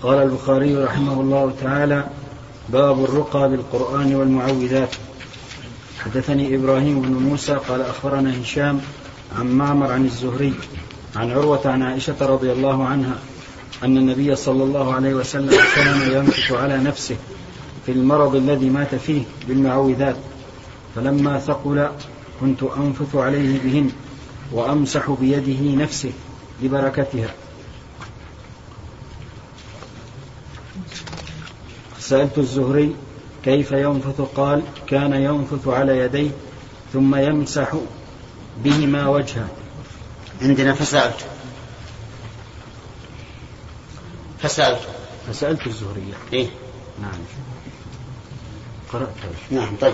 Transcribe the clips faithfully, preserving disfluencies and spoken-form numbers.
قال البخاري رحمه الله تعالى: باب الرقى بالقرآن والمعوذات. حدثني إبراهيم بن موسى قال أخبرنا هشام عن معمر عن الزهري عن عروة عن عائشة رضي الله عنها أن النبي صلى الله عليه وسلم كان ينفث على نفسه في المرض الذي مات فيه بالمعوذات، فلما ثقل كنت أنفث عليه بهن وأمسح بيده نفسه لبركتها. سألت الزهري كيف ينفث؟ قال: كان ينفث على يديه ثم يمسح بهما وجهه. عندنا فسألت فسألت فسألت الزهري. إيه؟ نعم قرأت. نعم طيب.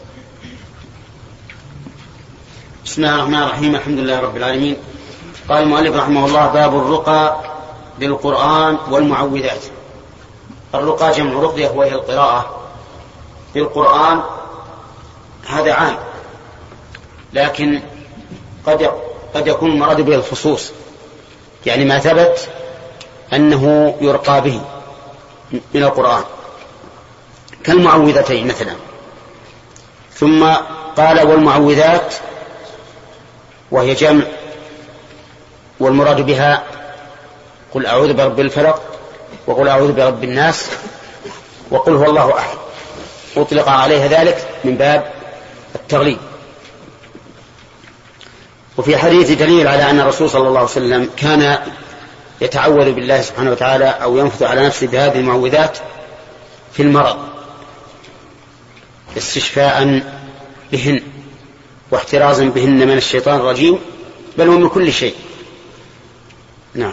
بسم الله الرحمن الرحيم. الحمد لله رب العالمين. قال المؤلف رحمه الله: باب الرقى بالقرآن والمعوذات. الرقى جمع رقية وهي القراءة بالقرآن، هذا عام، لكن قد قد يكون المراد به الخصوص، يعني ما ثبت أنه يرقى به من القرآن كالمعوذتين مثلا. ثم قال: والمعوذات، وهي جمع، والمراد بها قل أعوذ برب الفلق، وقل أعوذ برب الناس، وقل هو الله أحد، أطلق عليها ذلك من باب التغليب. وفي حديث دليل على أن الرسول صلى الله عليه وسلم كان يتعوذ بالله سبحانه وتعالى أو ينفث على نفسه بهذه المعوذات في المرض استشفاء بهن واحترازا بهن من الشيطان الرجيم، بل ومن كل شيء. نعم.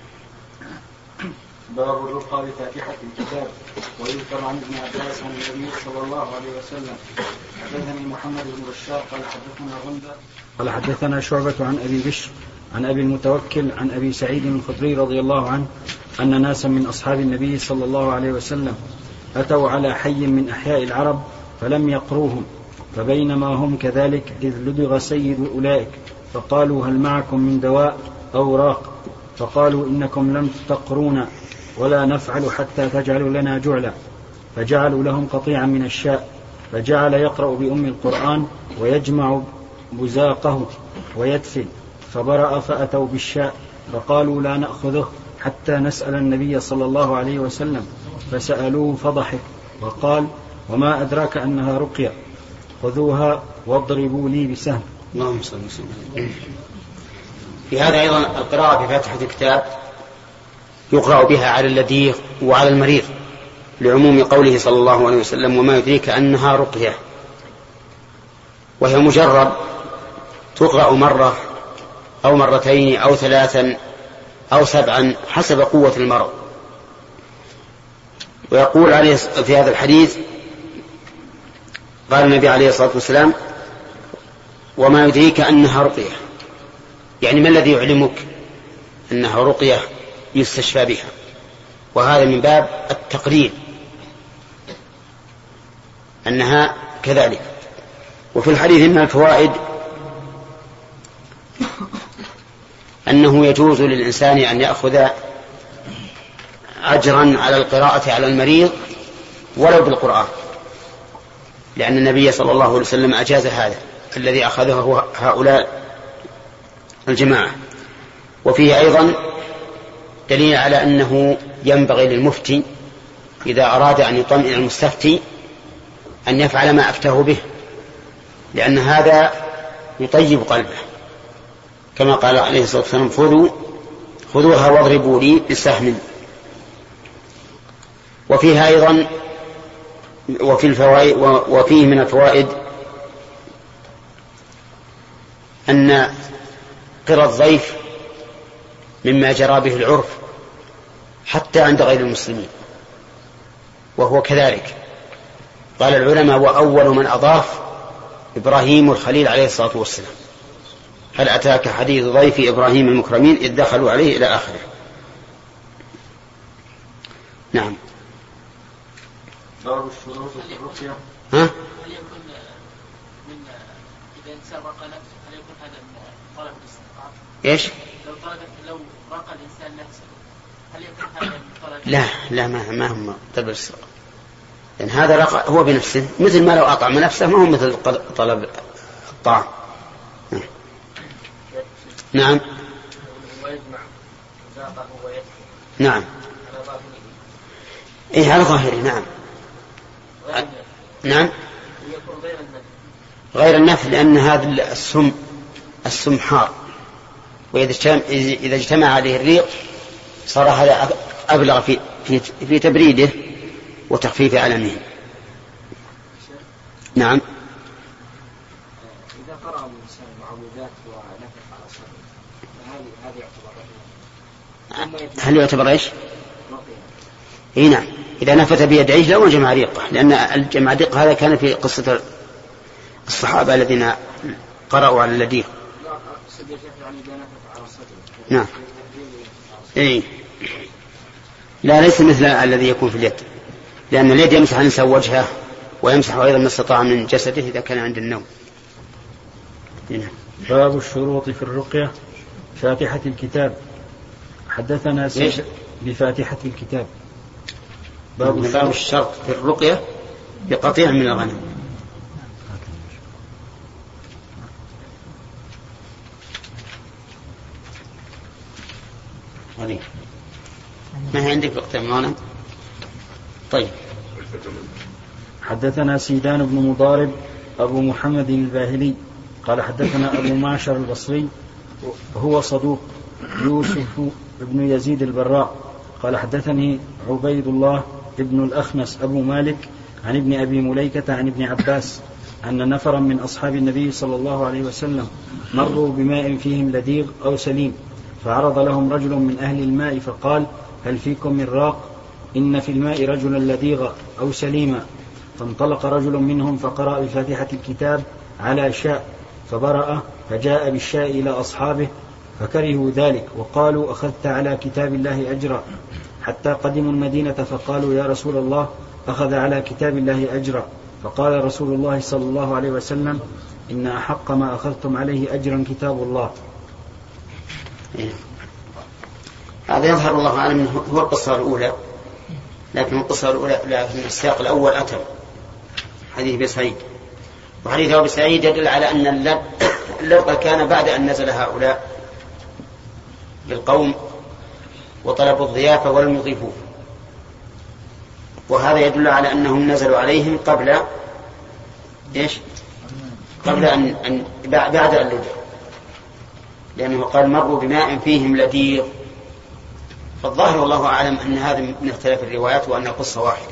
باب الرقى بفاتحة الكتاب. ويذكر عن ابن عباس عن النبي صلى الله عليه وسلم: حدثني محمد بن بشار قال حدثنا غندة قال حدثنا شعبة عن أبي بشر عن أبي المتوكل عن أبي سعيد الخدري رضي الله عنه أن ناسا من أصحاب النبي صلى الله عليه وسلم أتوا على حي من أحياء العرب فلم يقروهم، فبينما هم كذلك إذ لدغ سيد أولئك، فقالوا: هل معكم من دواء أو راق؟ فقالوا: إنكم لم تقرونا ولا نفعل حتى تجعلوا لنا جعلا. فجعلوا لهم قطيعا من الشاء، فجعل يقرأ بأم القرآن ويجمع بزاقه ويدفل، فبرأ فأتوا بالشاء فقالوا: لا نأخذه حتى نسأل النبي صلى الله عليه وسلم، فسألوه فضحك وقال: وما أدراك أنها رقية؟ خذوها واضربوا لي بسهم. اللهم صل وسلم. في هذا أيضا القراءة بفاتحة الكتاب يقرأ بها على اللديغ وعلى المريض، لعموم قوله صلى الله عليه وسلم: وما يدريك أنها رقية. وهي مجرد تقرأ مرة أو مرتين أو ثلاثا أو سبعا حسب قوة المرض. ويقول عليه في هذا الحديث، قال النبي عليه الصلاة والسلام: وما يدريك أنها رقية، يعني ما الذي يعلمك أنها رقية يستشفى بها؟ وهذا من باب التقرير أنها كذلك. وفي الحديث من الفوائد أنه يجوز للإنسان أن يأخذ أجرا على القراءة على المريض ولو بالقرآن، لأن النبي صلى الله عليه وسلم أجاز هذا الذي أخذه هو هؤلاء الجماعة. وفيه أيضا دليل على أنه ينبغي للمفتي إذا أراد أن يطمئن المستفتي أن يفعل ما أفتاه به، لأن هذا يطيب قلبه، كما قال عليه الصلاة والسلام: خذوا خذوها واضربوا لي بسهم. وفيها أيضا وفي الفوائد وفيه من الفوائد أن قرى الضيف مما جرى به العرف حتى عند غير المسلمين، وهو كذلك. قال العلماء: وأول من أضاف إبراهيم الخليل عليه الصلاة والسلام: هل أتاك حديث ضيف إبراهيم المكرمين إذ دخلوا عليه إلى آخره. نعم. باب الشروط في الرقية. ها؟ هل يكون من إذا إنسان رقى نفسه هل يكون هذا من طلب الاستطاعة؟ إيش؟ لو طلب لو رقى الإنسان نفسه هل يكون هذا طلب؟ لا لا ما ما هم طلب الاستراق، لأن هذا رق... هو بنفسه مثل ما لو أطعم نفسه، ما هو مثل طلب الطعام. نعم. نعم. إيه على ظاهره. نعم. نعم. غير النفل، لأن هذا السم السم حار، وإذا اجتمع, إذا اجتمع عليه الريق صار هذا أبلغ في, في, في تبريده وتخفيف ألمه. نعم. إذا قرأ الإنسان المعوذات ونفخ على صدره هذه هذه يعتبر هل يعتبر إيش؟ إيه نعم، إذا نفث بيدعيه لو جمع ريقه، لأن الجمع ريق هذا كان في قصة الصحابة الذين قرأوا على اللديق. نعم. إيه. لا ليس مثل الذي يكون في اليد، لأن اليد يمسح الإنسان وجهه ويمسح أيضا ما استطاع من جسده إذا كان عند النوم. نعم. باب الشروط في الرقية. فاتحة الكتاب. حدثنا سيد بفاتحة الكتاب. باب, باب الشرط في الرقية بقطيع من الغنم. ما هي عندك بقطيع من الغنم؟ طيب. حدثنا سيدان بن مضارب أبو محمد الباهلي قال حدثنا أبو معشر البصري هو صدوق. يوسف بن يزيد البراء قال حدثني عبيد الله ابن الأخنس أبو مالك عن ابن أبي مليكة عن ابن عباس أن نفرا من أصحاب النبي صلى الله عليه وسلم مروا بماء فيهم لديغ أو سليم، فعرض لهم رجل من أهل الماء فقال: هل فيكم من راق؟ إن في الماء رجلا لديغ أو سليما. فانطلق رجل منهم فقرأ بفاتحة الكتاب على شاء فبرأ، فجاء بالشاء إلى أصحابه فكرهوا ذلك وقالوا: أخذت على كتاب الله أجرا. حتى قدموا المدينة فقالوا: يا رسول الله، أخذ على كتاب الله أجرا. فقال رسول الله صلى الله عليه وسلم: إن أحق ما أخذتم عليه أجرا كتاب الله. هذا يظهر الله أعلم هو القصة الأولى، لكن القصة الأولى لكن السياق الأول أتم حديث أبي سعيد، وحديث أبي سعيد يدل على أن اللقطة كان بعد أن نزل هؤلاء بالقوم وطلبوا الضيافة ولم يضيفوه، وهذا يدل على أنهم نزلوا عليهم قبل إيش؟ قبل أن, أن بعد أن لدوا، لأنه قال: مروا بماء فيهم لديغ. فالظاهر والله أعلم أن هذا من اختلاف الروايات وأن قصة واحدة،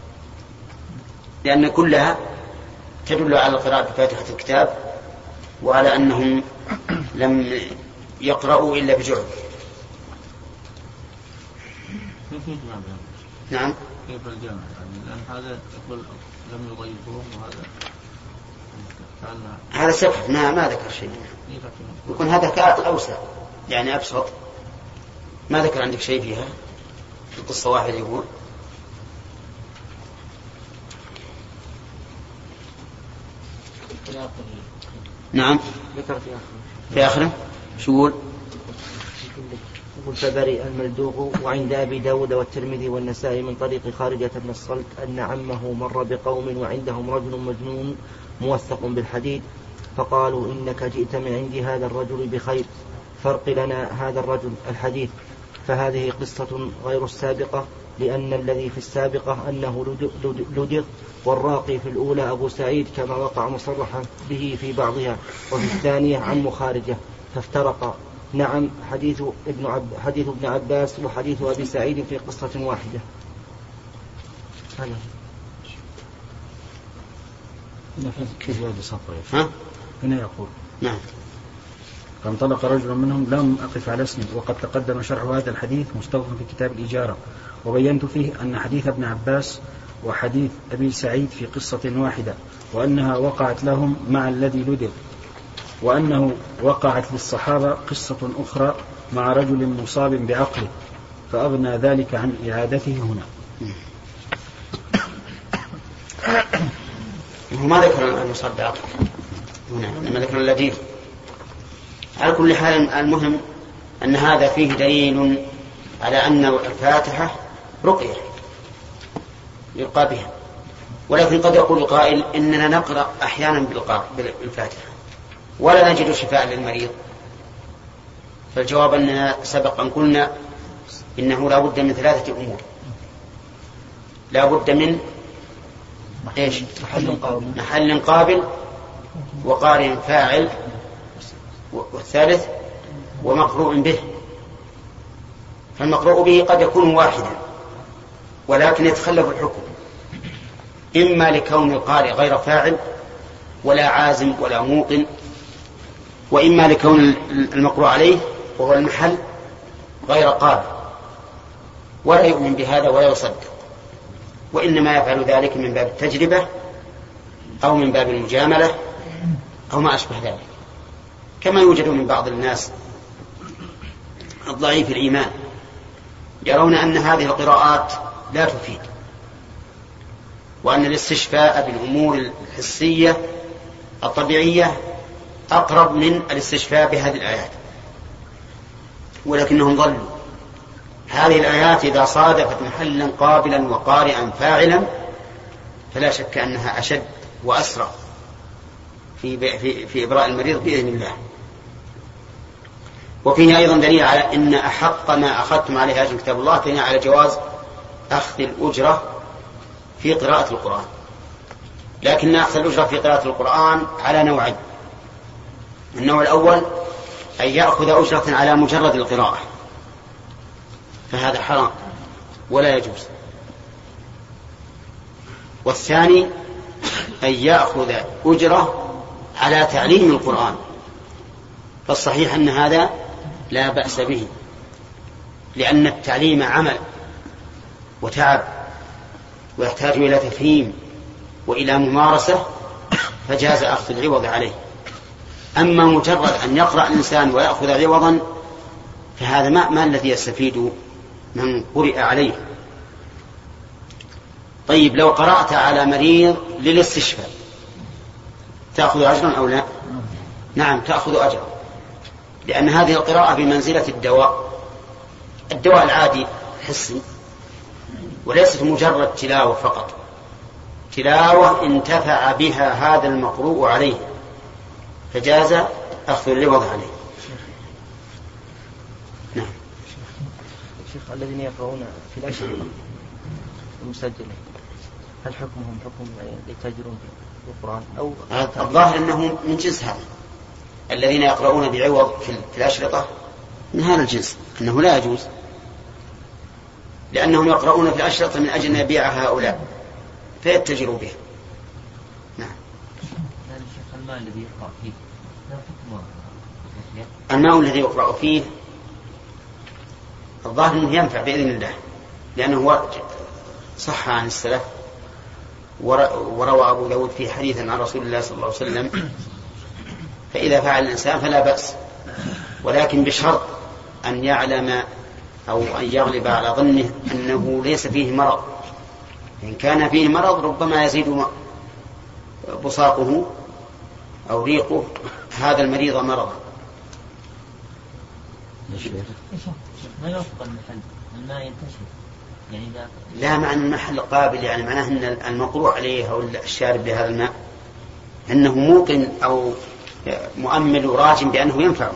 لأن كلها تدل على القراءة بفاتحة الكتاب وعلى أنهم لم يقرأوا إلا بجعل. نعم. كيف الجمع؟ يعني لأن هذا يقول لم يضيفوهم وهذا هذا سفح ما ما ذكر شيء، يكون هذا أوسع يعني أبسط. ما ذكر عندك شيء فيها في القصة واحد يقول. نعم ذكر في آخره. في آخره شو يقول؟ يقول: فبرئ الملدوغ. وعند أبي داود والترمذي والنسائي من طريق خارجة بن الصلت أن عمه مر بقوم وعندهم رجل مجنون موثق بالحديد، فقالوا: إنك جئت من عند هذا الرجل بخير، فرق لنا هذا الرجل الحديث. فهذه قصة غير السابقة، لأن الذي في السابقة أنه لدغ، والراقي في الأولى أبو سعيد كما وقع مصرحا به في بعضها، وفي الثانية عم خارجة، فافترقا. نعم. حديث ابن, عب حديث ابن عباس وحديث أبي سعيد في قصة واحدة. هذا ها؟ هنا يقول: نعم. فانطلق رجل منهم. لم أقف على اسمه، وقد تقدم شرح هذا الحديث مستوفى في كتاب الإجارة، وبينت فيه أن حديث ابن عباس وحديث أبي سعيد في قصة واحدة، وأنها وقعت لهم مع الذي لدغ، وأنه وقعت للصحابة قصة أخرى مع رجل مصاب بعقله، فأغنى ذلك عن إعادته هنا. ما ذكر المصاب بعقله هنا، لما ذكر اللديغ. على كل حال المهم أن هذا فيه دليل على أن الفاتحة رقية يلقى بها، ولكن قد يقول قائل إننا نقرأ أحيانا بالفاتحة ولا نجد شفاء للمريض. فالجواب أننا سبق أن قلنا إنه لا بد من ثلاثة أمور. لا بد من إيش؟ محل قابل, محل قابل وقارئ فاعل، والثالث ومقروء به. فالمقروء به قد يكون واحدا ولكن يتخلف الحكم، إما لكون القارئ غير فاعل ولا عازم ولا موطن، وإما لكون المقروء عليه وهو المحل غير قابل ولا يؤمن بهذا ولا يصدق، وإنما يفعل ذلك من باب التجربة أو من باب المجاملة أو ما أشبه ذلك، كما يوجد من بعض الناس الضعيف الإيمان يرون أن هذه القراءات لا تفيد، وأن الاستشفاء بالأمور الحسية الطبيعية أقرب من الاستشفاء بهذه الآيات، ولكنهم ضلوا. هذه الآيات إذا صادفت محلا قابلا وقارئا فاعلا فلا شك أنها أشد وأسرع في, في, في إبراء المريض بإذن الله. وفيه أيضا دليل على أن أحق ما أخذتم عليه أجر كتاب الله، فينا على جواز أخذ الأجرة في قراءة القرآن، لكن أخذ الأجرة في قراءة القرآن على نوعين. النوع الأول أن يأخذ أجرة على مجرد القراءة، فهذا حرام ولا يجوز. والثاني أن يأخذ أجرة على تعليم القرآن، فالصحيح أن هذا لا بأس به، لأن التعليم عمل وتعب ويحتاج إلى تفهيم وإلى ممارسة، فجاز أخذ العوض عليه. أما مجرد أن يقرأ الإنسان ويأخذ عوضا فهذا ما, ما الذي يستفيد من قرئ عليه. طيب لو قرأت على مريض للاستشفاء تأخذ أجرا أو لا؟ نعم تأخذ أجرا، لأن هذه القراءة بمنزلة الدواء، الدواء العادي حسي وليست مجرد تلاوة فقط، تلاوة انتفع بها هذا المقروء عليه فجاز أخذ العوض عليه. نعم. الشيخ الذين يقرؤون في الأشرطة المسجلة هل حكمهم حكم يتاجرون بالقرآن أو الظاهر أنه من جنس هذا، الذين يقرؤون بعوض في الأشرطة من هذا الجنس، أنه لا يجوز، لأنهم يقرؤون في الأشرطة من أجل أن يبيع هؤلاء فيتجروا به. نعم. الماء الذي يقرأ فيه الماء الذي يقرأ فيه الظاهر أنه ينفع بإذن الله، لأنه صح عن السلف وروى أبو داود في حديث عن رسول الله صلى الله عليه وسلم، فإذا فعل الإنسان فلا بأس، ولكن بشرط أن يعلم أو أن يغلب على ظنه أنه ليس فيه مرض. إن كان فيه مرض ربما يزيد بصاقه أو ريقه هذا المريض مرضا. ما يوفق المحل ما ينتشر يعني لا معنى المحل قابل، يعني معناه أن المقروء عليه أو الشارب لهذا الماء أنه موقن أو مؤمل راجم بأنه ينفعه،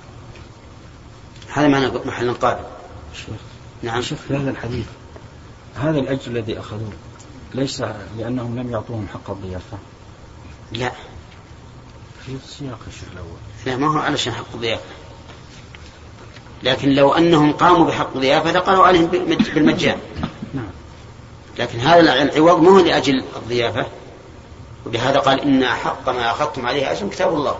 هذا معنى محل قابل. شيخ. نعم شيخ في هذا الحديث هذا الأجر الذي أخذوه ليس لأنهم لم يعطوهم حق الضيافة؟ لا في سياق الشيخ الأول لا ما هو علشان حق الضيافة، لكن لو أنهم قاموا بحق الضيافة لقالوا عليهم بالمجان. نعم. لكن هذا العوض ما هو لأجل الضيافة، وبهذا قال إن أحق ما أخذتم عليه أجر كتاب الله،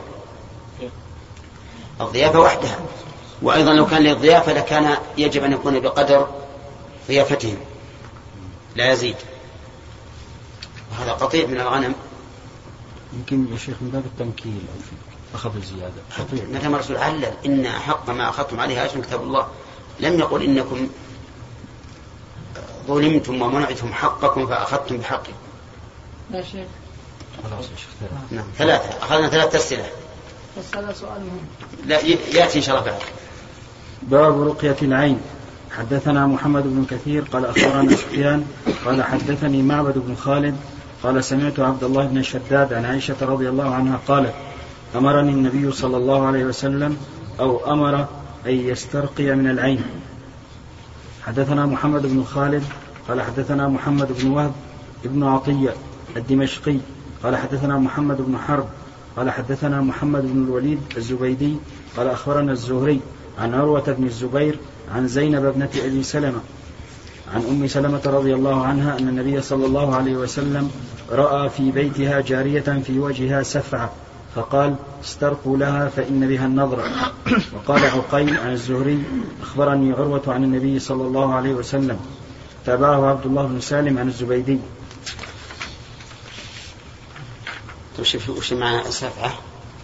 الضيافة وحدها. وأيضا لو كان للضيافة لكان يجب أن يكون بقدر ضيافتهم لا يزيد، وهذا قطيع من الغنم. يمكن يا شيخ من باب التنكيل أو شيء أخذ الزيادة. متى ما الرسول علل إن أحق ما أخذتم عليه أجر كتاب الله، لم يقل إنكم ظلمتم ومنعتم حقكم فأخذتم بحقكم. لا شيخ. خلاص يا شيخ. نعم ثلاثة، أخذنا ثلاثة أسئلة. بس هذا سؤال مهم. لا يأتي إن شاء الله بعد. باب رقية العين. حدثنا محمد بن كثير قال أخبرنا سفيان قال حدثني معبد بن خالد قال سمعت عبد الله بن شداد عن عائشة رضي الله عنها قالت أمرني النبي صلى الله عليه وسلم أو أمر أن يسترقي من العين. حدثنا محمد بن خالد قال حدثنا محمد بن وهب ابن عطية الدمشقي قال حدثنا محمد بن حرب قال حدثنا محمد بن الوليد الزبيدي قال أخبرنا الزهري عن عروة بن الزبير عن زينب ابنة أبي سلمة عن أم سلمة رضي الله عنها أن النبي صلى الله عليه وسلم رأى في بيتها جارية في وجهها سفعة فقال استرقوا لها فإن بها النظرة. وقال عقيل عن الزهري أخبرني عروة عن النبي صلى الله عليه وسلم. تابعه عبد الله بن سالم عن الزبيدي. وش معنى سفعة؟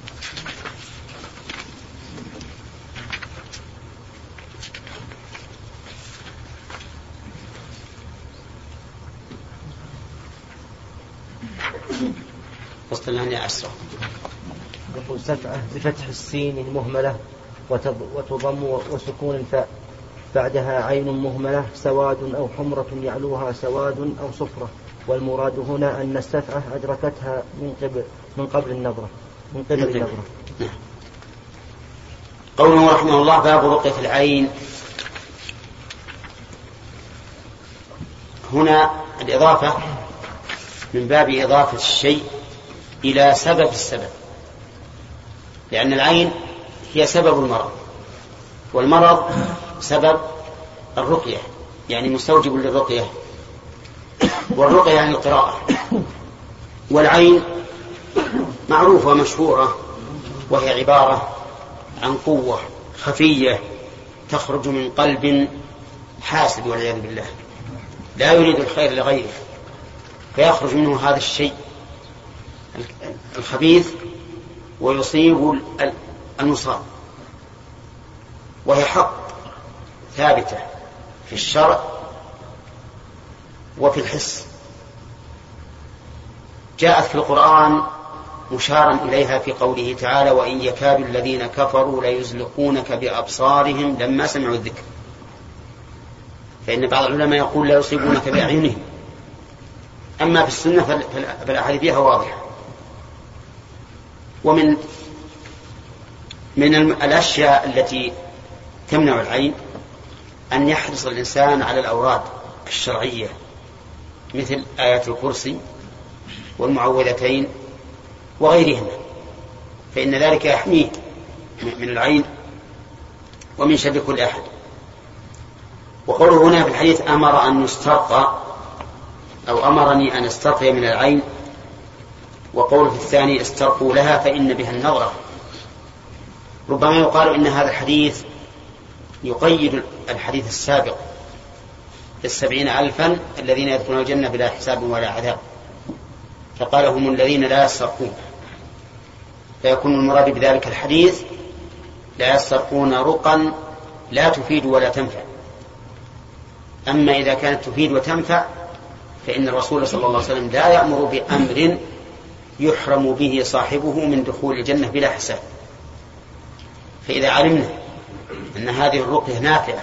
وصل لها عشرة. يقول سفعة بفتح السين المهملة وتضم وسكون الفاء بعدها عين مهملة سواد أو حمرة يعلوها سواد أو صفرة. والمراد هنا أن السفعة أدركتها من قبل من قبل النظرة من قبل النظرة. قوله رحمه الله باب رقية العين. هنا الإضافة من باب إضافة الشيء إلى سبب السبب، لأن العين هي سبب المرض والمرض سبب الرقية، يعني مستوجب للرقية، والرقية يعني القراءة. والعين معروفة ومشهورة، وهي عبارة عن قوة خفية تخرج من قلب حاسد والعياذ بالله لا يريد الخير لغيره، فيخرج منه هذا الشيء الخبيث ويصيب المصاب. وهي حق ثابتة في الشرع وفي الحس، جاءت في القرآن مشارا إليها في قوله تعالى وإن يكاد الذين كفروا ليزلقونك بأبصارهم لما سمعوا الذكر. فإن بعض العلماء يقول لا يصيبونك بأعينهم، أما في السنة فالأحاديث فيها واضحة. ومن من الأشياء التي تمنع العين أن يحرص الإنسان على الأوراد الشرعية مثل آيات الكرسي والمعوذتين وغيرهما، فإن ذلك يحميه من العين ومن شر كل أحد. وقوله هنا في الحديث أمر أن يسترقى أو أمرني أن استرقي من العين، وقوله في الثاني استرقوا لها فإن بها النظرة. ربما يقال إن هذا الحديث يقيد الحديث السابق السبعين ألفا الذين يدخلون الجنة بلا حساب ولا عذاب، فقال هم الذين لا يسترقون، فيكون المراد بذلك الحديث لا يسترقون رقا لا تفيد ولا تنفع. أما إذا كانت تفيد وتنفع فإن الرسول صلى الله عليه وسلم لا يأمر بأمر يحرم به صاحبه من دخول الجنة بلا حساب. فإذا علمنا أن هذه الرقية نافعة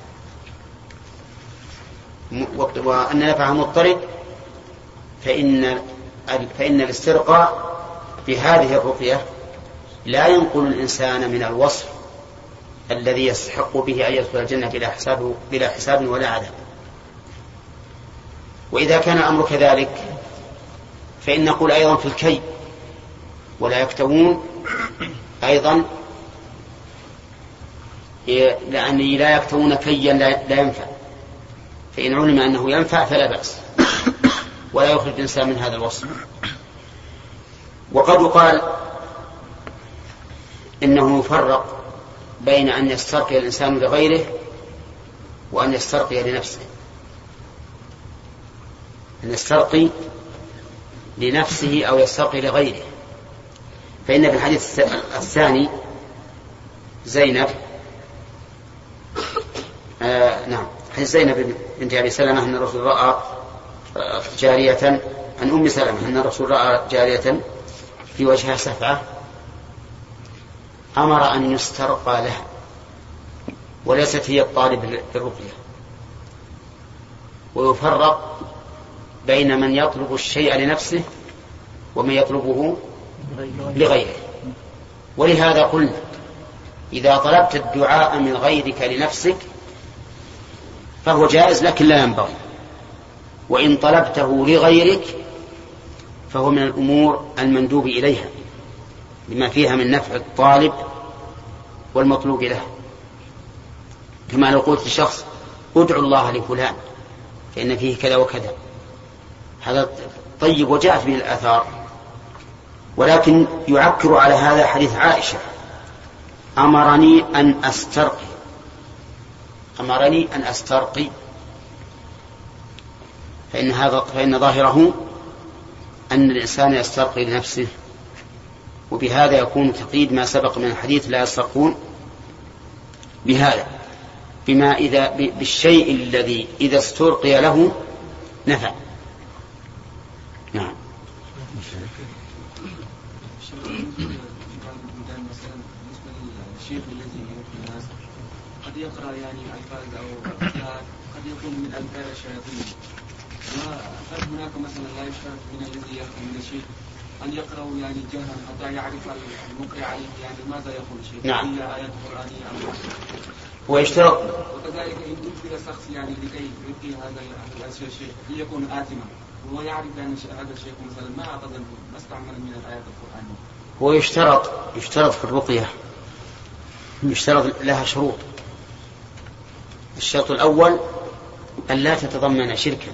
وأن نفعها مضطرد فإن فإن الاسترقاء بهذه الرقية لا ينقل الإنسان من الوصف الذي يستحق به أن يدخل الجنة بلا حساب بلا حساب ولا عذاب. وإذا كان الأمر كذلك فإن نقول أيضا في الكي ولا يكتوون أيضا، لأنه لا يكتوون كيا لا ينفع، فإن علم أنه ينفع فلا بأس ولا يخرج الإنسان من هذا الوصف. وقد يقال إنه يفرق بين أن يسترقي الإنسان لغيره وأن يسترقي لنفسه. أن يسترقي لنفسه أو يسترقي لغيره، فإن في الحديث الثاني زينب آه نعم حديث زينب بنت أبي سلمة أن الرسول رأى جارية عن أم سلمة أن الرسول رأى جارية في وجهها سفعة أمر أن يسترقى لها، وليست هي الطالب للرقية. ويفرق بين من يطلب الشيء لنفسه ومن يطلبه لغيره. ولهذا قلنا إذا طلبت الدعاء من غيرك لنفسك فهو جائز لكن لا ينبغي، وإن طلبته لغيرك فهو من الأمور المندوب إليها لما فيها من نفع الطالب والمطلوب له. كما لو قلت لشخص ادعو الله لفلان فإن فيه كذا وكذا، هذا طيب وجاءت به الآثار. ولكن يعكر على هذا حديث عائشة أمرني أن أسترقي أمرني أن أسترقي فإن, هذا فإن ظاهره أن الإنسان يسترقي لنفسه، وبهذا يكون تقييد ما سبق من الحديث لا يسترقون بهذا بما إذا بالشيء الذي إذا استرقي له نفع. نعم. الشيخ الذي يؤتي الناس قد يقرأ يعني ألفاظ أو أبيات قد يكون من أمثال الشياطين، وهل هناك مثلا لا يشترط من الذي يفهم من الشيخ أن يقرأ يعني جهرا حتى يعرف المقرئ عليه يعني ماذا يقول الشيخ؟ نعم. هي آيات قرآنية أم ويشترط وكذلك إن أجبر شخص يعني لكي يلقي هذا الشيء ليكون آثما وهو يعرف أن هذا الشيخ مثلا ما أعتقد ما استعمل من الآيات القرآنية. هو يشترط يشترط في الرقية يشترط لها شروط. الشرط الأول أن لا تتضمن شركا،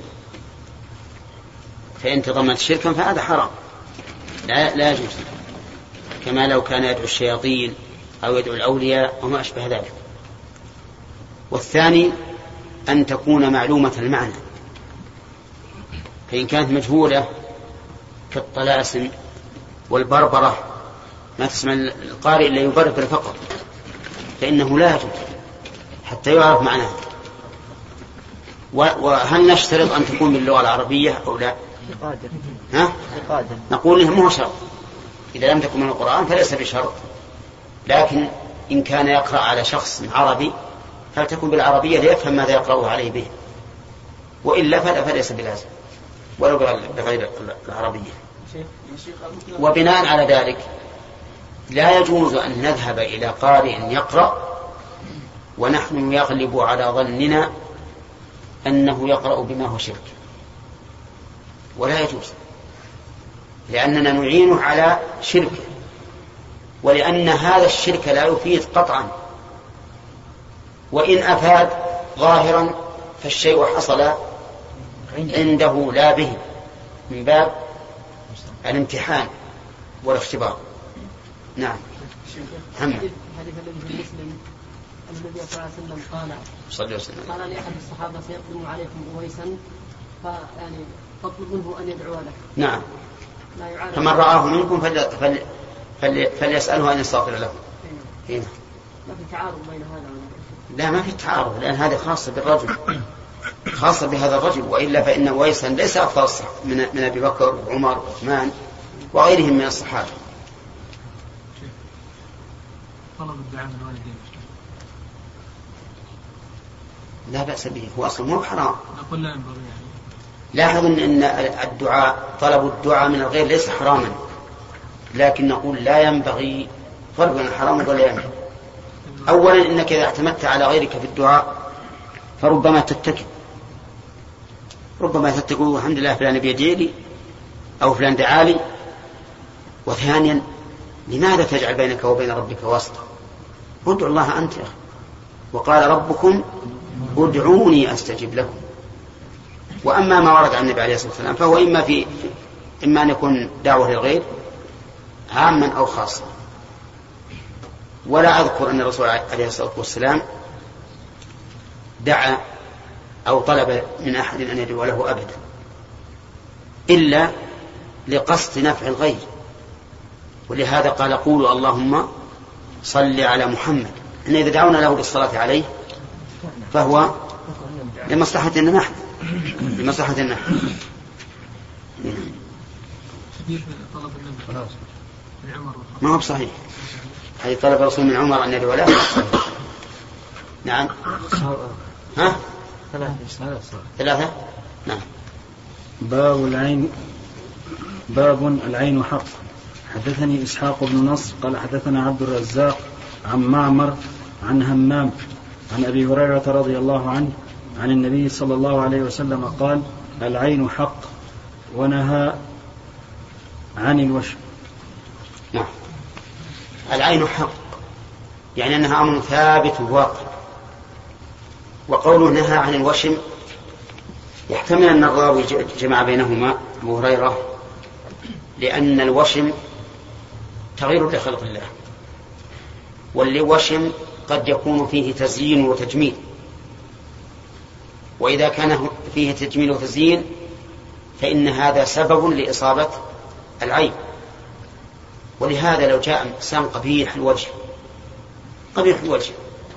فإن تضمنت شركا فهذا حرام لا, لا يجوز، كما لو كان يدعو الشياطين أو يدعو الأولياء وما أشبه ذلك. والثاني أن تكون معلومة المعنى، فإن كانت مجهولة كالطلاسم والبربرة ما تسمع القارئ إلا يبربر فقط فإنه لا يجوز حتى يعرف معناه. وهل نشترط أن تكون باللغة العربية أو لا؟ ها؟ نقول إنه مو شرط، إذا لم تكن من القرآن فليس بشرط، لكن إن كان يقرأ على شخص عربي فلتكن بالعربية ليفهم ماذا يقرأه عليه به، وإلا فليس بلازم ولو بغير العربية. وبناء على ذلك لا يجوز أن نذهب إلى قارئ يقرأ ونحن يغلب على ظننا أنه يقرأ بما هو شرك، ولا يجوز، لأننا نعينه على شركه، ولأن هذا الشرك لا يفيد قطعا، وإن أفاد ظاهرا فالشيء حصل عنده لا به من باب الامتحان والاختبار. نعم. محمد. حديث الذي في مسلم النبي صلى الله عليه وسلم قال صلى وسلم قال لأحد الصحابة سيقدم عليكم أويسا فيعني تطلب منه أن يدعو لك. نعم. فمن رآه منكم فل... فل... فل... فليسأله أن يستغفر له. هنا. ما في تعارض بين هذا وهذا؟ لا ما في تعارض، لأن هذا خاصة بالرجل خاصة بهذا الرجل، وإلا فإن أويسا ليس أفضل من من أبي بكر وعمر وعثمان وغيرهم من الصحابة. طلب الدعاء من الوالدين لا بأس به، هو أصلا مو حرام. نقول لا ينبغي يعني. لاحظ أن الدعاء طلب الدعاء من الغير ليس حراما، لكن نقول لا ينبغي، فرق بين الحرام ولا ينبغي. أولا إنك إذا اعتمدت على غيرك في الدعاء فربما تتكل ربما تتقول الحمد لله فلان بيدي لي أو فلان دعالي. وثانيا لماذا تجعل بينك وبين ربك واسطة؟ ادعو الله أنت يا أخي، وقال ربكم ادعوني أستجب لكم. وأما ما ورد عن النبي عليه الصلاة والسلام فهو إما, في إما أن يكون دعوة للغير عاما أو خاصا. ولا أذكر أن الرسول عليه الصلاة والسلام دعا أو طلب من أحد أن يدعو له أبدا إلا لقصد نفع الغير، ولهذا قال قولوا اللهم صل على محمد. إن إذا دعونا له بالصلاة عليه فهو لمصلحتنا نحن لمصلحتنا نحن. ما هو بصحيح، هذه طلب الرسول من عمر أن يدعو له. نعم. ها؟ ثلاثة. ثلاثة. نعم. باب العين. باب العين حق. حدثني إسحاق بن نصر قال حدثنا عبد الرزاق عن معمر عن همام عن أبي هريرة رضي الله عنه عن النبي صلى الله عليه وسلم قال العين حق ونهى عن الوشم. نعم. العين حق يعني أنها أمر ثابت وواقع. وقوله نهى عن الوشم يحتمل أن الراوي جمع بينهما أبو هريرة لأن الوشم تغيير لخلق الله، والوشم قد يكون فيه تزيين وتجميل، وإذا كان فيه تجميل وتزيين فإن هذا سبب لإصابة العين. ولهذا لو جاء إنسان قبيح الوجه قبيح الوجه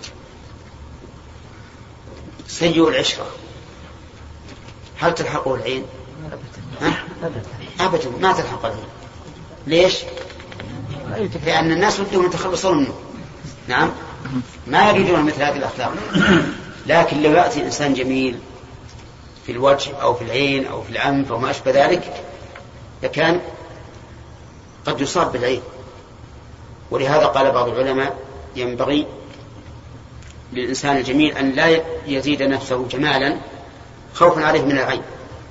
سيء العشرة هل تلحقه العين؟ أبدا ما تلحقه العين. ليش؟ لأن الناس ودهم يتخلصون منه. نعم ما يريدون مثل هذه الأخلاق. لكن لو يأتي إنسان جميل في الوجه أو في العين أو في الأنف أو ما أشبه ذلك لكان قد يصاب بالعين. ولهذا قال بعض العلماء ينبغي للإنسان الجميل أن لا يزيد نفسه جمالا خوفا عليه من العين.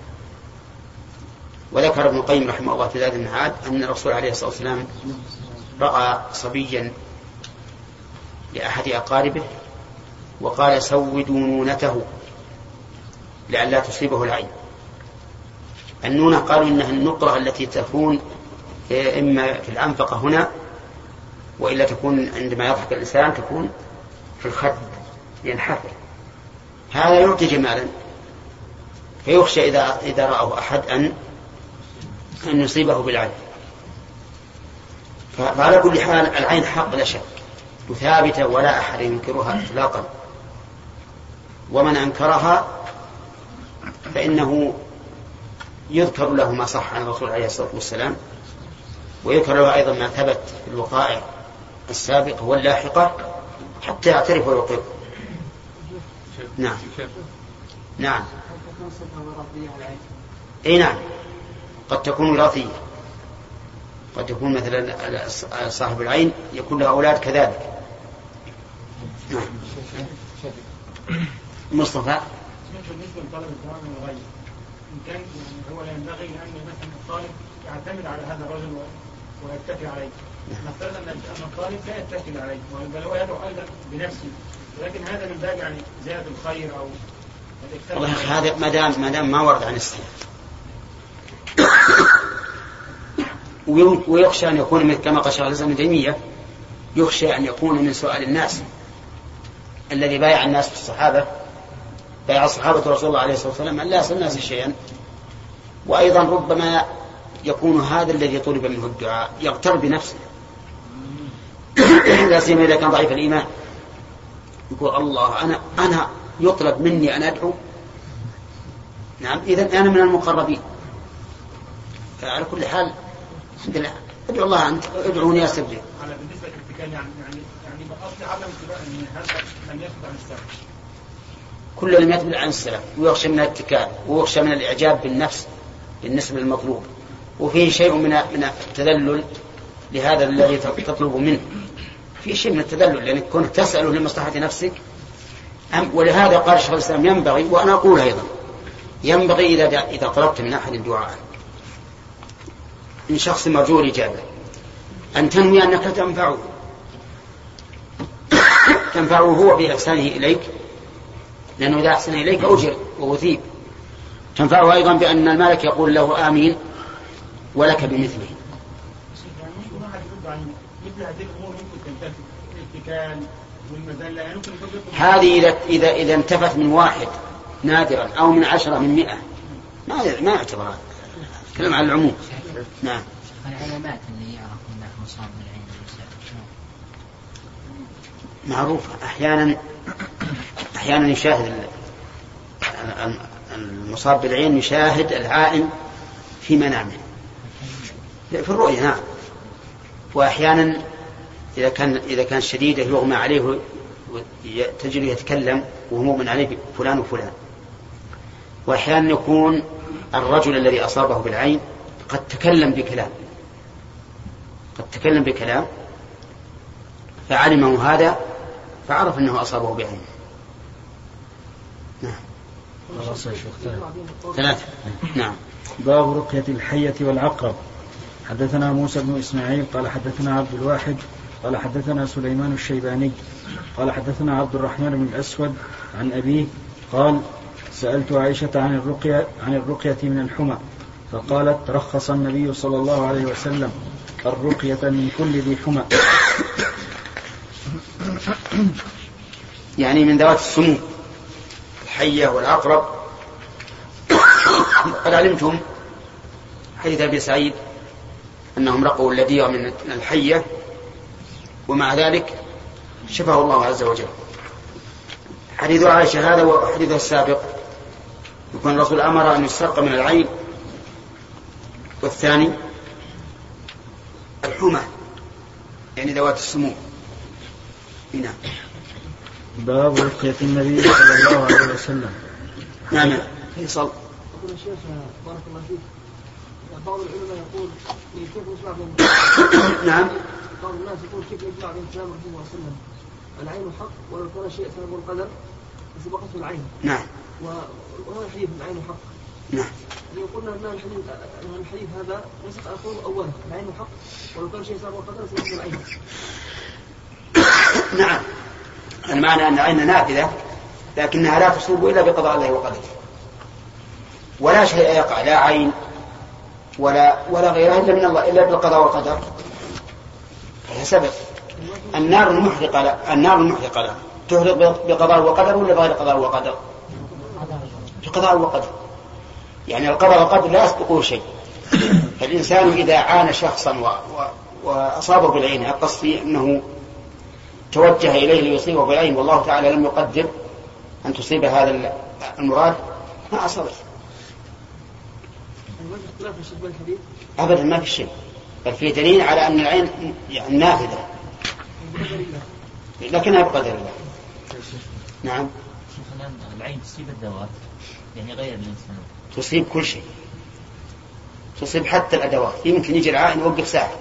وذكر ابن القيم رحمه الله في زاد المعاد أن الرسول عليه الصلاة والسلام رأى صبيا لأحد أقاربه وقال سودوا نونته لئلا تصيبه العين. النونة قالوا إنها النقرة التي تكون إما في الأنفقة هنا وإلا تكون عندما يضحك الإنسان تكون في الخد ينحفر. هذا يعطي جمالا فيخشى إذا إذا رأه أحد أن أن يصيبه بالعين. فعلى كل حال العين حق لا شك وثابتة ولا أحد ينكرها إطلاقا. ومن أنكرها فإنه يذكر له ما صح عن الرسول عليه الصلاة والسلام ويذكر له أيضا ما ثبت في الوقائع السابقة واللاحقة حتى يعترف ويقر. نعم نعم اي نعم قد تكون وراثية. قد يكون مثلا صاحب العين يكون له أولاد كذلك. نعم. مصطفى بالنسبة لطلب الدعاء من الغيب إن كان يعني هو لا ينبغي أن مثلا الطالب يعتمد على هذا الرجل ويتكل عليه. نفترض أن الطالب لا يتكل عليه بل هو يدعو أيضا بنفسه ولكن هذا من باب يعني زيادة الخير أو والله هذا ما دام ما دام ما ورد عن السلف ويخشى أن يكون من كما قال شيخ الإسلام ابن تيمية يخشى أن يكون من سؤال الناس الذي بايع الناس في الصحابة بايع الصحابة رسول الله عليه الصلاة والسلام أن لا يصل الناس شيئا. وأيضا ربما يكون هذا الذي طلب منه الدعاء يغتر بنفسه لا سيما إذا كان ضعيف الإيمان يقول الله أنا أنا يطلب مني أن أدعو. نعم إذن أنا من المقربين. فعلى كل حال الحمد لله ادعو الله أنت ادعوني أستجب. على بالنسبة للاتكال يعني يعني يعني بأصل عدم اتباع أن هذا لم يثبت عن السلف. كل لم يثبت عن السلف ويخشى من الاتكال ويخشى من الإعجاب بالنفس بالنسبة للمطلوب وفيه شيء من من التذلل لهذا الذي تطلب منه. في شيء من التذلل لأنك كنت تسأله لمصلحة نفسك. ولهذا قال شيخ الإسلام ينبغي وأنا أقول أيضا ينبغي إذا إذا طلبت من أحد الدعاء من شخص مرجو الإجابة أن تنوي أنك تنفعه تنفعه هو بإحسانه إليك لأنه إذا أحسن إليك أجر ووثيب. تنفعه أيضا بأن المالك يقول له آمين ولك بمثله. هذه إذا إذا إذا انتفت من واحد نادرا أو من عشرة من مئة ما ما يعتبر. كلام على العموم. نعم. العلامات اللي يعرفون مصاب بالعين معروفة. أحيانا أحيانا يشاهد المصاب بالعين يشاهد العائن في منامه في الرؤية. نعم. وأحيانا إذا كان إذا كان شديدة يغمى عليه تجد يتكلم وهو مؤمن عليه فلان وفلان. وأحيانا يكون الرجل الذي أصابه بالعين قد تكلم بكلام قد تكلم بكلام فعلمه هذا فعرف أنه أصابه بعين. نعم. ثلاثة. نعم. باب رقية الحية والعقرب. حدثنا موسى بن إسماعيل قال حدثنا عبد الواحد قال حدثنا سليمان الشيباني قال حدثنا عبد الرحمن بن الأسود عن أبيه قال سألت عائشة عن الرقية عن الرقية من الحمى فقالت رخص النبي صلى الله عليه وسلم الرقية من كل ذي حمى، يعني من ذوات السموم الحية والعقرب. قد علمتم حديث أبي سعيد أنهم رقوا اللذيذ من الحية ومع ذلك شفاه الله عز وجل. حديث عائشة هذا وحديثه السابق يكون الرسول أمر أن يسترق من العين، والثاني الحمى يعني ذوات السموم. هنا باب رقية النبي صلى الله عليه وسلم. نعم فيصل. يقول الشيخ بارك الله فيك بعض العلماء يقول كيف يجمع بين نعم بعض الناس يقول كيف يجمع بين كلام الرسول صلى الله عليه وسلم العين حق ولو كان شيء سبب القدر سبقته العين. نعم. وهذا الحديث العين حق. نعم. يقولنا أن الحديث الحديث هذا نسق أقول أولا العين حق ولو كان شيء سبب القدر سبقته العين. نعم. المعنى أن العين نافذة لكنها لا تصيب إلا بقضاء الله وقدره، ولا شيء يقع لا عين ولا ولا غيرها إلا من الله إلا بالقضاء والقدر. هي سبب. النار المحرقة لا. النار المحرقة لا تهرق بقضاء وقدر ولا بغير قضاء وقدر؟ بقضاء وقدر. يعني القضاء والقدر لا يسبقه شيء. فالإنسان إذا عان شخصا و... و... وأصابه بالعين القصدي أنه توجه إليه ليصيبه بالعين والله تعالى لم يقدر أن تصيب هذا المراد ما أصابه. أبدا ما في شيء، بل فيه دليل على أن العين يعني نافذة لكنها بقدر الله. نعم. العين تصيب الذوات يعني غير الإنسان تصيب كل شيء، تصيب حتى الأدوات. يمكن يجي العائن يوقف ساعة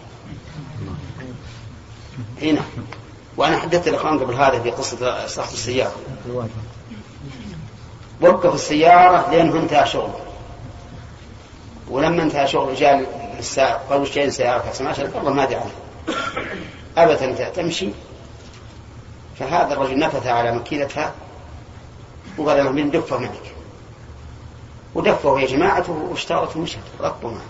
هنا. وأنا حدثت الأخوان قبل هذا في قصة صاحب السيارة وقف السيارة لأنه انتهى شغله، ولما انتهى شغله جاء الساعة قالوا شيء سيارة فسماشة والله ما دعنا أبدا تمشي. فهذا الرجل نفث على مكينتها وقال لهم من دفه معك ودفه يا جماعة واشتغلت ومشت ركبوا معه.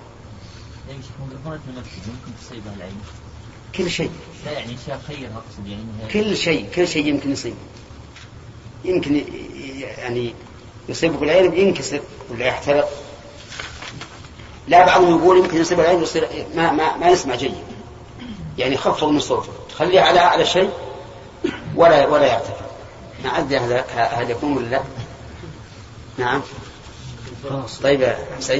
ممكن تصيبها العين كل شيء. لا يعني شيء خير أقصد يعني كل شيء كل شيء يمكن يصيب. يمكن يعني يصيبه بالعين ينكسر ولا يحترق. لا بعضهم يقول يمكن يصيب العين يصير ما ما ما يسمع جيد يعني خفض من صوته تخليه على أعلى شيء ولا ولا يرتفع. ما أدري هذا هل يكون ولا لا. نعم. طيب يا حسين.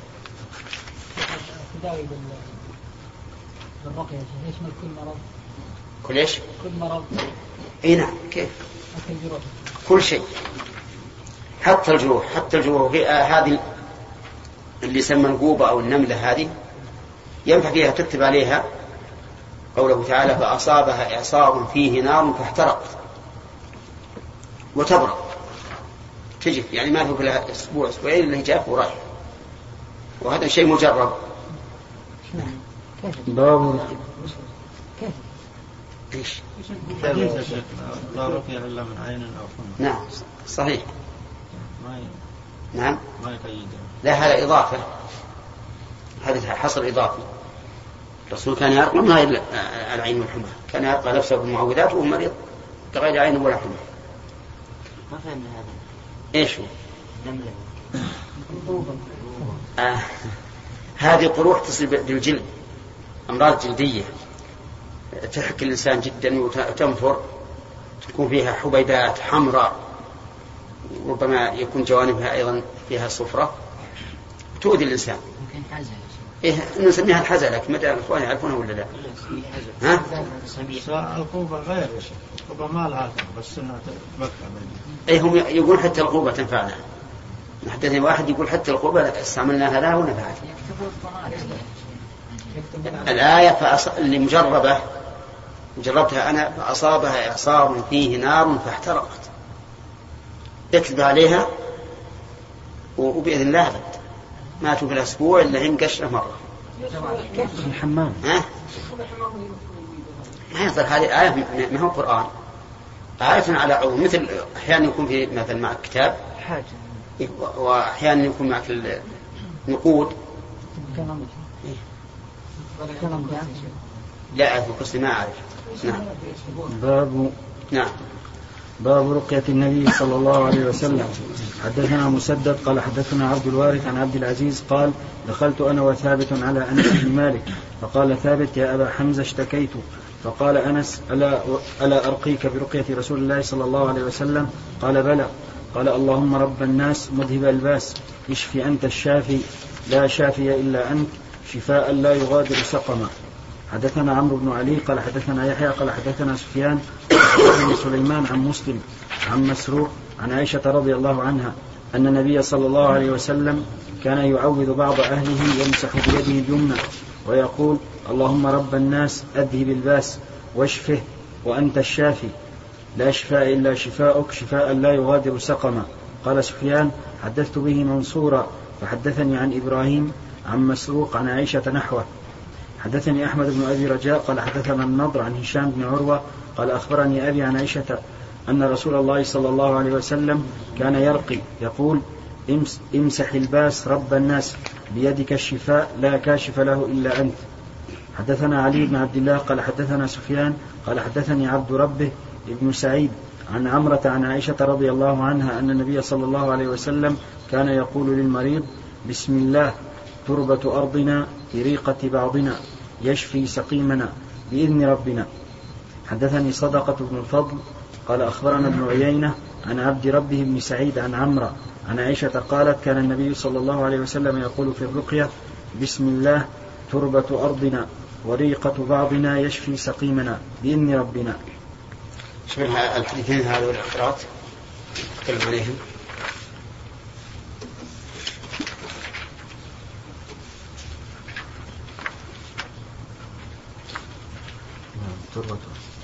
الرقية يشمل كل مرض. كل إيش؟ كل مرض. إيه نعم. كيف؟ كل شيء حتى الجروح حتى الجروح في آه هذه اللي يسمى القوبة أو النملة هذه ينفع فيها تكتب عليها قوله تعالى فأصابها إعصار فيه نار فاحترقت وتبرأ تجف يعني ما في لها أسبوع أسبوعين اللي جاف ورايح، وهذا شيء مجرب. باب كيف ايش؟ لا رقية إلا من عين أو حمى. نعم صحيح. ما ي... نعم. ما يقيد. لا هذا إضافة، هذا حصر إضافي. الرسول كان يرقى ما إلا العين والحمى، كان يرقى نفسه بالمعوذات وهو مريض كغير عين ولا حمى. ما فهمنا هذا. إيش هو؟ نملة. آه. هذه قروح تصيب بالجلد، أمراض جلدية تحك الإنسان جدا وتنفر، تكون فيها حبيبات حمراء، ربما يكون جوانبها أيضا فيها صفرة تؤذي الإنسان. ممكن حازة إيه نسميها الحزلة ما دام الإخوان يعرفونها ولا لا؟ ها؟ القوبة غير يا شيخ، القوبة ما لها بس إنها تبقى. أي هم يقول حتى القوبة تنفعنا. حتى واحد يقول حتى القوبة استعملناها لها ونفعت. الآية فأص... اللي مجربة جربتها أنا فأصابها إعصار فيه نار فاحترقت. يكتب عليها وبإذن الله أبد ما في الأسبوع إلا هي مقشرة مرة. في الحمام. ها؟ ما يصير هذه آية ما هو قرآن. آية على عموم مثل أحيانا يكون في مثل معك كتاب حاجة وأحيانا يكون معك النقود. لا أعرف القصة ما أعرف. نعم. باب نعم. باب رقية النبي صلى الله عليه وسلم. حدثنا مسدد قال حدثنا عبد الوارث عن عبد العزيز قال دخلت أنا وثابت على أنس بن مالك فقال ثابت يا أبا حمزة اشتكيت فقال أنس ألا, ألا أرقيك برقية رسول الله صلى الله عليه وسلم قال بلى قال اللهم رب الناس مذهب الباس اشفي أنت الشافي لا شافي إلا أنت شفاء لا يغادر سقما. حدثنا عمرو بن علي قال حدثنا يحيى قال حدثنا سفيان حدثنا سليمان عن مسلم عن مسروق عن عائشة رضي الله عنها أن النبي صلى الله عليه وسلم كان يعوذ بعض أهله يمسح بيده اليمنى ويقول اللهم رب الناس أذهب الباس واشفه وأنت الشافي لا شفاء إلا شفاؤك شفاء لا يغادر سقما. قال سفيان حدثت به منصورا فحدثني عن إبراهيم عن مسروق عن عائشة نحوه. حدثني أحمد بن أبي رجاء قال حدثنا النضر عن هشام بن عروة قال أخبرني أبي عن عائشة أن رسول الله صلى الله عليه وسلم كان يرقي يقول امسح الباس رب الناس بيدك الشفاء لا كاشف له إلا أنت. حدثنا علي بن عبد الله قال حدثنا سفيان قال حدثني عبد ربه ابن سعيد عن عمرة عن عائشة رضي الله عنها أن النبي صلى الله عليه وسلم كان يقول للمريض بسم الله تربة أرضنا بريقة بعضنا يشفي سقيمنا بإذن ربنا. حدثني صدقة بن الفضل قال أخبرنا ابن عيينة عن عبد ربه بن سعيد عن عمرة عن عائشة قالت كان النبي صلى الله عليه وسلم يقول في الرقية بسم الله تربة أرضنا وريقة بعضنا يشفي سقيمنا بإذن ربنا. شبه الحديثين هذا والإخبارات تكلم عليهم. تربة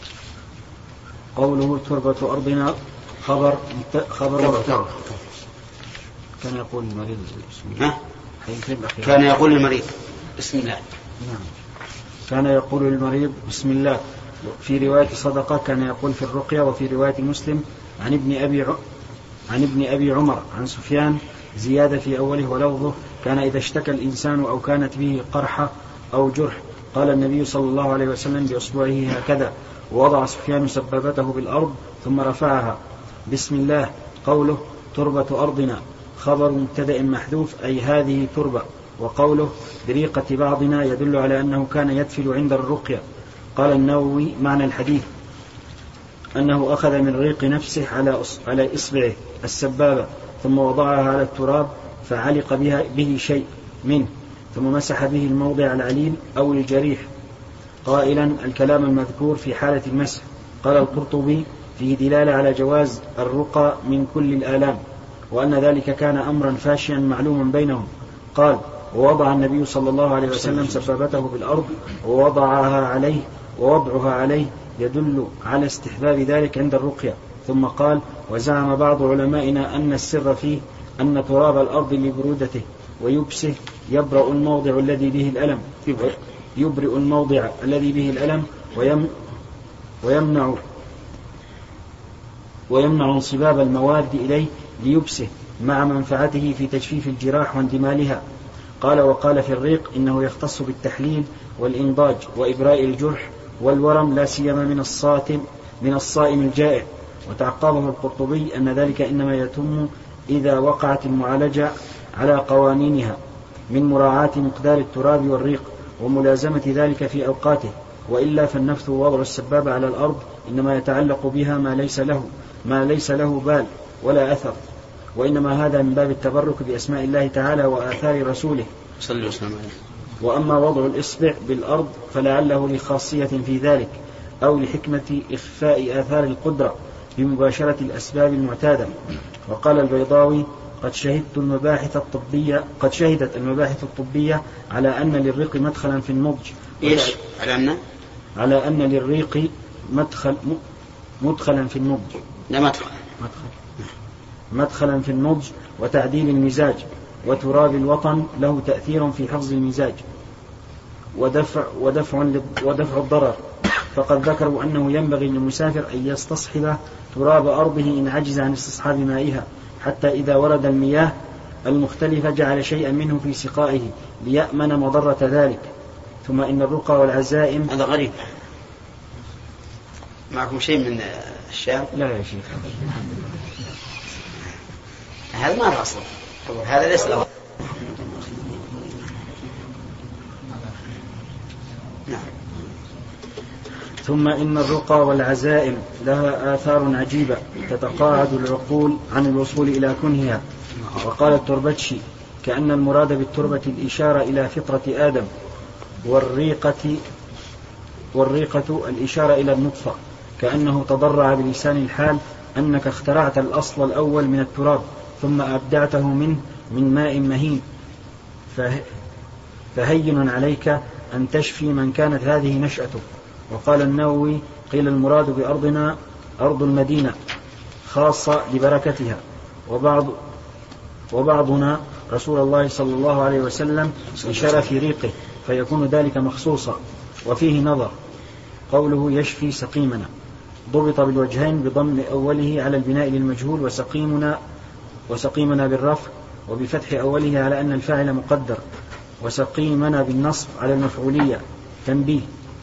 قوله تربة أرضنا خبر خبر كان يقول المريض بسم الله. كان يقول المريض بسم الله. نعم. كان يقول المريض بسم الله. في رواية صدقة كان يقول في الرقية. وفي رواية مسلم عن ابن أبي عن ابن أبي عمر عن سفيان زيادة في أوله ولفظه كان إذا اشتكى الإنسان أو كانت به قرحة أو جرح قال النبي صلى الله عليه وسلم بأصبعه هكذا ووضع سفيان سبابته بالأرض ثم رفعها. بسم الله قوله تربة أرضنا خبر مبتدأ محذوف أي هذه تربة. وقوله بريقة بعضنا يدل على أنه كان يدفل عند الرقية. قال النووي معنى الحديث أنه أخذ من ريق نفسه على على إصبعه السبابة ثم وضعها على التراب فعلق بها به شيء منه ثم مسح به الموضع العليل أو الجريح قائلا الكلام المذكور في حالة المسح. قال القرطبي فيه دلالة على جواز الرقى من كل الآلام وأن ذلك كان أمرا فاشيا معلوما بينهم. قال ووضع النبي صلى الله عليه وسلم سبابته بالأرض ووضعها عليه ووضعها عليه يدل على استحباب ذلك عند الرقية. ثم قال وزعم بعض علمائنا أن السر فيه أن تراب الأرض لبرودته ويبسه يبرأ الموضع الذي به الألم يبرئ الموضع الذي به الألم ويم ويمنع ويمنع انصباب المواد إليه ليبسه مع منفعته في تجفيف الجراح واندمالها. قال وقال في الريق إنه يختص بالتحليل والإنضاج وإبراء الجرح والورم لا سيما من الصاتم من الصائم الجائع. وتعقبه القرطبي أن ذلك إنما يتم إذا وقعت المعالجة على قوانينها من مراعاة مقدار التراب والريق وملازمة ذلك في أوقاته وإلا فالنفث ووضع السبابة على الأرض إنما يتعلق بها ما ليس له ما ليس له بال ولا أثر وإنما هذا من باب التبرك بأسماء الله تعالى وآثار رسوله صلى الله عليه وسلم. وأما وضع الإصبع بالأرض فلعله لخاصية في ذلك أو لحكمة إخفاء آثار القدرة بمباشرة الأسباب المعتادة. وقال البيضاوي قد شهدت المباحث الطبية قد شهدت المباحث الطبية على أن للريق مدخلا في النضج. إيش؟ على أن على أن للريق مدخل مدخلا في النضج. لا مدخل مدخلا في النضج وتعديل المزاج، وتراب الوطن له تأثير في حفظ المزاج ودفع, ودفع, ودفع الضرر. فقد ذكروا أنه ينبغي للمسافر أن يستصحب تراب أرضه إن عجز عن استصحاب مائها، حتى إذا ورد المياه المختلفة جعل شيئا منه في سقائه ليأمن مضرة ذلك. ثم إن الرقى والعزائم. هذا غريب. معكم شيء من الشام؟ لا يا شيخ، هذا ما له أصل، هذا ليس له. نعم. ثم إن الرقى والعزائم لها آثار عجيبة تتقاعد العقول عن الوصول إلى كنهها. وقال التربتشي كأن المراد بالتربة الإشارة إلى فطرة آدم، والريقة, والريقة الإشارة إلى النطفة، كأنه تضرع بلسان الحال أنك اخترعت الأصل الأول من التراب ثم أبدعته منه من ماء مهين، فهين عليك أن تشفي من كانت هذه نشأته. وقال النووي قيل المراد بأرضنا أرض المدينة خاصة لبركتها، وبعض وبعضنا رسول الله صلى الله عليه وسلم لشرف ريقه فيكون ذلك مخصوصا. وفيه نظر قوله يشفي سقيمنا ضبط بالوجهين بضم أوله على البناء للمجهول وسقيمنا وسقيمنا بالرفع، وبفتح أوله على أن الفاعل مقدر، وسقيمنا بالنصب على المفعولية. تنبيه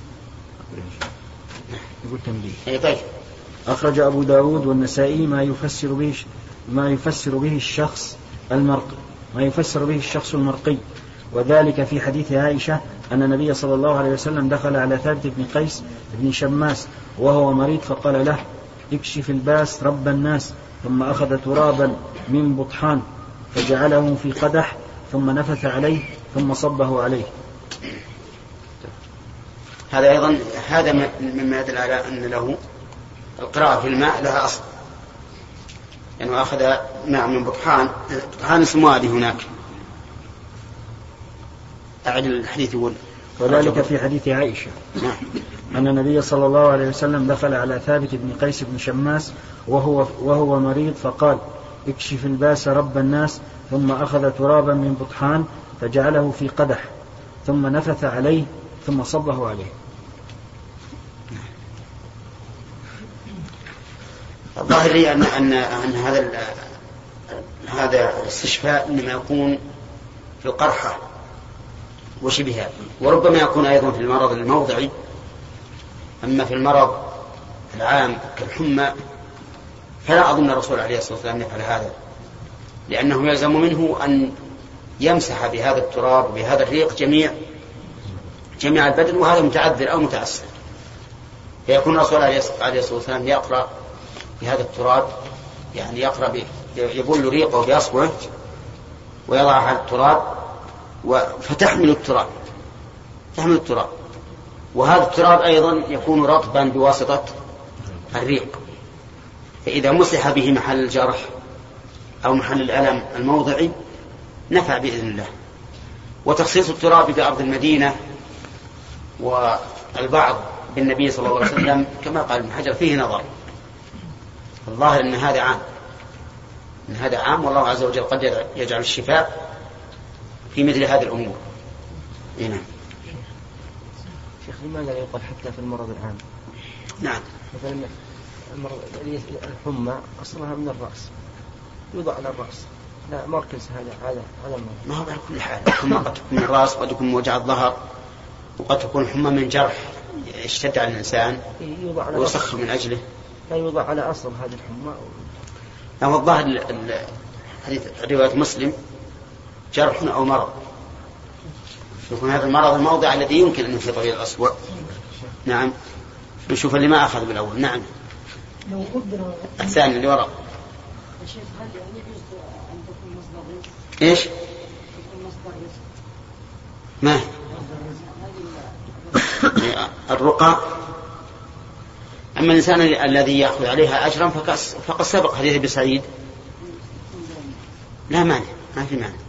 يقول تنبيه. أخرج أبو داود والنسائي ما يفسر به ما يفسر به الشخص المرقي ما يفسر به الشخص المرقي وذلك في حديث عائشة أن النبي صلى الله عليه وسلم دخل على ثابت بن قيس بن شماس وهو مريض فقال له اكشف الباس رب الناس، ثم أخذ ترابا من بطحان فجعله في قدح ثم نفث عليه ثم صبه عليه. هذا أيضا هذا مما يدل على أن له القراءة في الماء لها أصل، يعني يعني أخذ ماء من بطحان. بطحان اسمه هذه هناك. أعد الحديث يقول وذلك في حديث عائشة أن النبي صلى الله عليه وسلم دخل على ثابت بن قيس بن شماس وهو, وهو مريض فقال اكشف الباس رب الناس، ثم أخذ ترابا من بطحان فجعله في قدح ثم نفث عليه ثم صبه عليه. الظاهر لي أن, أن, أن هذا هذا الاستشفاء إنما يكون في القرحة وشبهها، وربما يكون أيضا في المرض الموضعي. أما في المرض العام كالحمى فلا أظن الرسول عليه الصلاة والسلام يفعل هذا، لأنه يلزم منه أن يمسح بهذا التراب وبهذا الريق جميع جميع البدن، وهذا متعذر أو متعسر، فيكون الرسول عليه الصلاة والسلام يقرأ بهذا التراب، يعني يقرأ يبل ريقه بأصبعه ويضع على التراب فتحمل التراب تحمل التراب وهذا التراب أيضا يكون رطبا بواسطة الريق، فإذا مسح به محل الجرح أو محل الألم الموضعي نفع بإذن الله. وتخصيص التراب بأرض المدينة والبعض بالنبي صلى الله عليه وسلم كما قال ابن حجر فيه نظر. الظاهر أن هذا عام أن هذا عام والله عز وجل قد يجعل الشفاء في مثل هذه الأمور. نعم. شيخ لماذا لا يقال حتى في المرض العام؟ نعم. مثلا المرض الحمى أصلها من الرأس يوضع على الرأس، لا مركز هذا هذا هذا ما هو على كل حال. الحمى قد تكون من الرأس وقد تكون من وجع الظهر وقد تكون حمى من جرح اشتد على الإنسان ويسخر من أجله. لا يوضع على أصل هذه الحمى. هو الظاهر حديث رواية مسلم جرح أو مرض، يكون هذا المرض الموضع الذي يمكن أن ينفض به الأصبع. نعم. نشوف اللي ما أخذ بالأول. نعم. لو قدر الثاني اللي وراء. الشيخ هل يجوز أن تكون مصدر رزق؟ إيش؟ تكون مصدر رزق. ما؟ الرقى. أما الإنسان الذي يأخذ عليها أجرا فقد سبق حديث ابن سعيد لا مانع، ما في مانع.